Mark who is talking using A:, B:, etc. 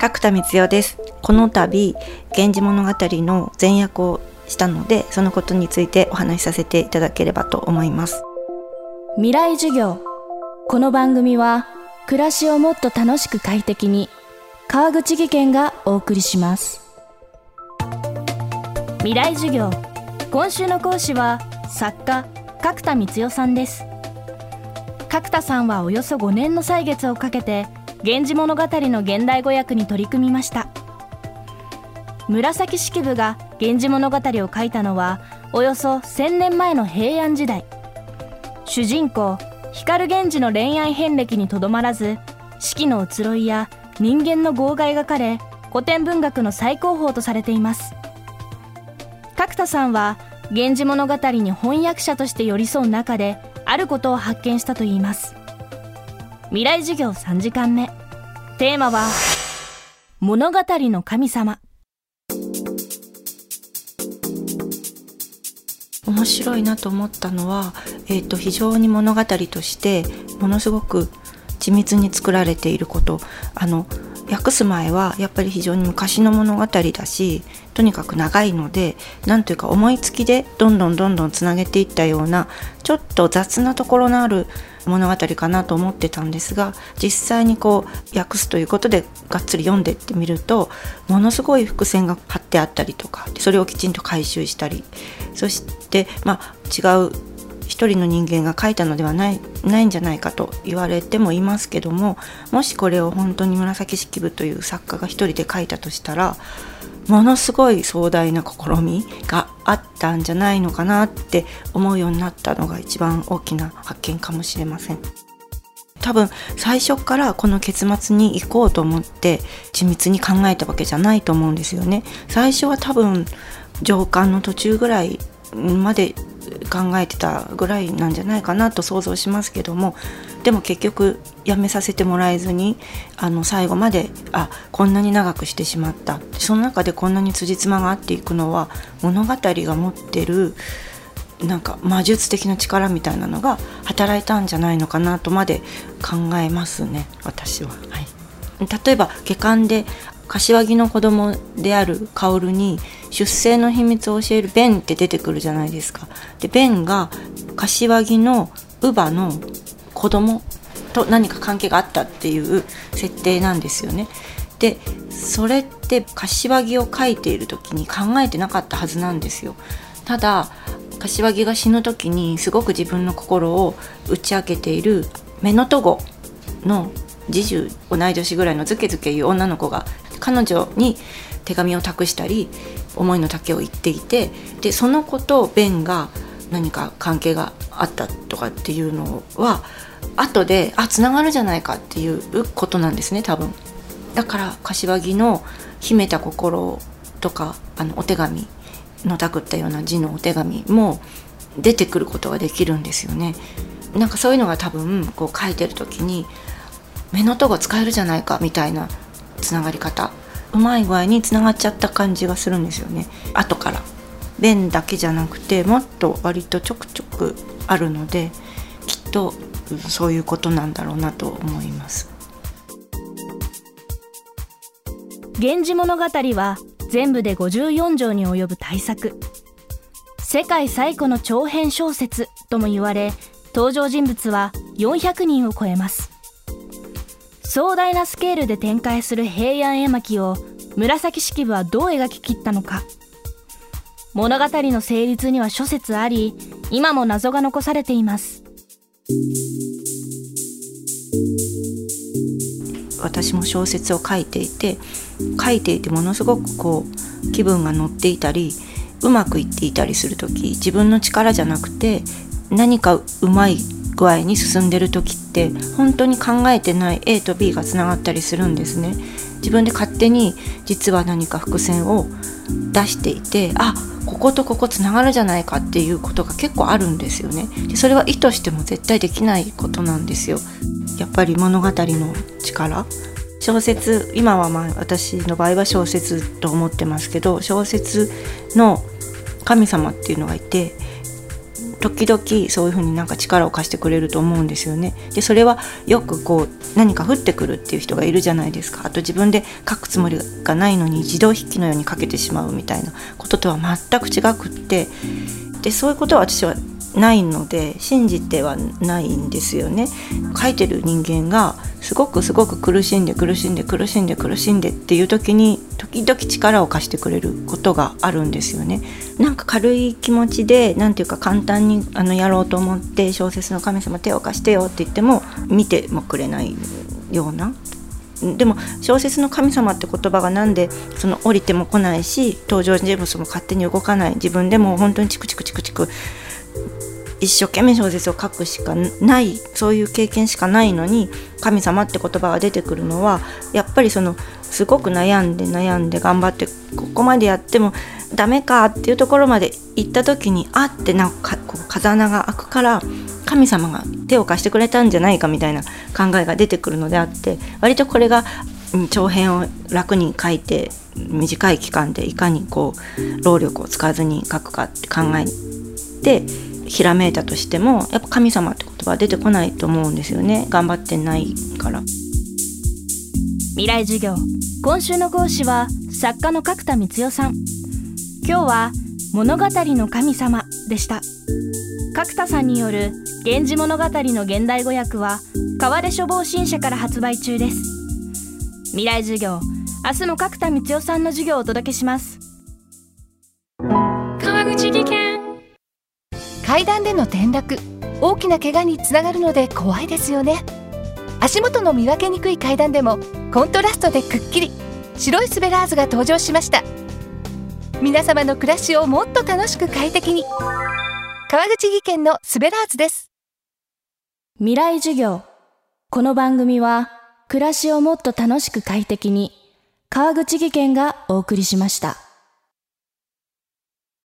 A: 角田光代です。この度源氏物語の前役をしたので、そのことについてお話しさせていただければと思います。
B: 未来授業。この番組は暮らしをもっと楽しく快適に、川口義賢がお送りします。未来授業、今週の講師は作家角田光代さんです。角田さんはおよそ5年の歳月をかけて源氏物語の現代語訳に取り組みました。紫式部が源氏物語を書いたのはおよそ1000年前の平安時代。主人公光源氏の恋愛遍歴にとどまらず、四季の移ろいや人間の業が描かれ、古典文学の最高峰とされています。角田さんは源氏物語に翻訳者として寄り添う中で、あることを発見したといいます。未来授業3時間目。テーマは物語の神様。
A: 面白いなと思ったのは、非常に物語としてものすごく緻密に作られていること。訳す前はやっぱり非常に昔の物語だし、とにかく長いので、なんというか思いつきでどんどんつなげていったような、ちょっと雑なところのある物語かなと思ってたんですが、実際に訳すということでがっつり読んでってみると、ものすごい伏線が張ってあったりとか、それをきちんと回収したり、そして違う一人の人間が書いたのではないんじゃないかと言われてもいますけども、もしこれを本当に紫式部という作家が一人で書いたとしたら、ものすごい壮大な試みがあったんじゃないのかなって思うようになったのが一番大きな発見かもしれません。多分最初からこの結末に行こうと思って緻密に考えたわけじゃないと思うんですよね。最初は多分上巻の途中ぐらいまで考えてたぐらいなんじゃないかなと想像しますけども、でも結局やめさせてもらえずに、最後までこんなに長くしてしまった。その中でこんなに辻褄が合っていくのは、物語が持ってるなんか魔術的な力みたいなのが働いたんじゃないのかなとまで考えますね、私は。例えば下巻で柏木の子供である薫に出生の秘密を教えるベンって出てくるじゃないですか。でベンが柏木の乳母の子供と何か関係があったっていう設定なんですよね。でそれって柏木を書いている時に考えてなかったはずなんですよ。ただ柏木が死ぬ時にすごく自分の心を打ち明けている乳母の次女、同い年ぐらいのズケズケいう女の子が彼女に手紙を託したり思いの丈を言っていて、でその子とベンが何か関係があったとかっていうのは後でつながるじゃないかっていうことなんですね、多分。だから柏木の秘めた心とかお手紙のたくったような字のお手紙も出てくることができるんですよね。なんかそういうのが多分書いてる時に乳母使えるじゃないかみたいなつながり方、うまい具合につながっちゃった感じがするんですよね。後からベンだけじゃなくてもっと割とちょくちょくあるので、きっとそういうことなんだろうなと思います。
B: 源氏物語は全部で54条に及ぶ大作。世界最古の長編小説とも言われ、登場人物は400人を超えます。壮大なスケールで展開する平安絵巻を紫式部はどう描き切ったのか。物語の成立には諸説あり、今も謎が残されています。
A: 私も小説を書いていてものすごく気分が乗っていたりうまくいっていたりするとき、自分の力じゃなくて何かうまい具合に進んでる時って本当に考えてない A と B がつながったりするんですね。自分で勝手に実は何か伏線を出していて、こことここつながるじゃないかっていうことが結構あるんですよね。でそれは意図しても絶対できないことなんですよ。やっぱり物語の力、小説、今は私の場合は小説と思ってますけど、小説の神様っていうのがいて、 時々そういうふうになんか力を貸してくれると思うんですよね。でそれはよくこう何か降ってくるっていう人がいるじゃないですか。あと自分で書くつもりがないのに自動筆記のように書けてしまうみたいなこととは全く違くって、でそういうことは私はないので信じてはないんですよね。書いてる人間がすごく苦しんでっていう時に時々力を貸してくれることがあるんですよね。なんか軽い気持ちでなんていうか簡単にやろうと思って小説の神様手を貸してよって言っても見てもくれないような。でも小説の神様って言葉がなんで降りても来ないし登場人物も勝手に動かない、自分でも本当にチクチク一生懸命小説を書くしかない、そういう経験しかないのに神様って言葉が出てくるのはやっぱりすごく悩んで頑張ってここまでやってもダメかっていうところまで行った時にってなんかこう風穴が開くから神様が手を貸してくれたんじゃないかみたいな考えが出てくるのであって、割とこれが長編を楽に書いて短い期間でいかにこう労力を使わずに書くかって考えてひらめいたとしてもやっぱ神様って言葉は出てこないと思うんですよね。頑張ってないから。
B: 未来授業、今週の講師は作家の角田光代さん。今日は物語の神様でした。角田さんによる源氏物語の現代語訳は川出書房新社から発売中です。未来授業、明日も角田光代さんの授業をお届けします。
C: 川口技研。階段での転落、大きな怪我につながるので怖いですよね。足元の見分けにくい階段でもコントラストでくっきり白いスベラーズが登場しました。皆様の暮らしをもっと楽しく快適に、川口技研のスベラーズです。
B: 未来授業、この番組は暮らしをもっと楽しく快適に川口技研がお送りしました。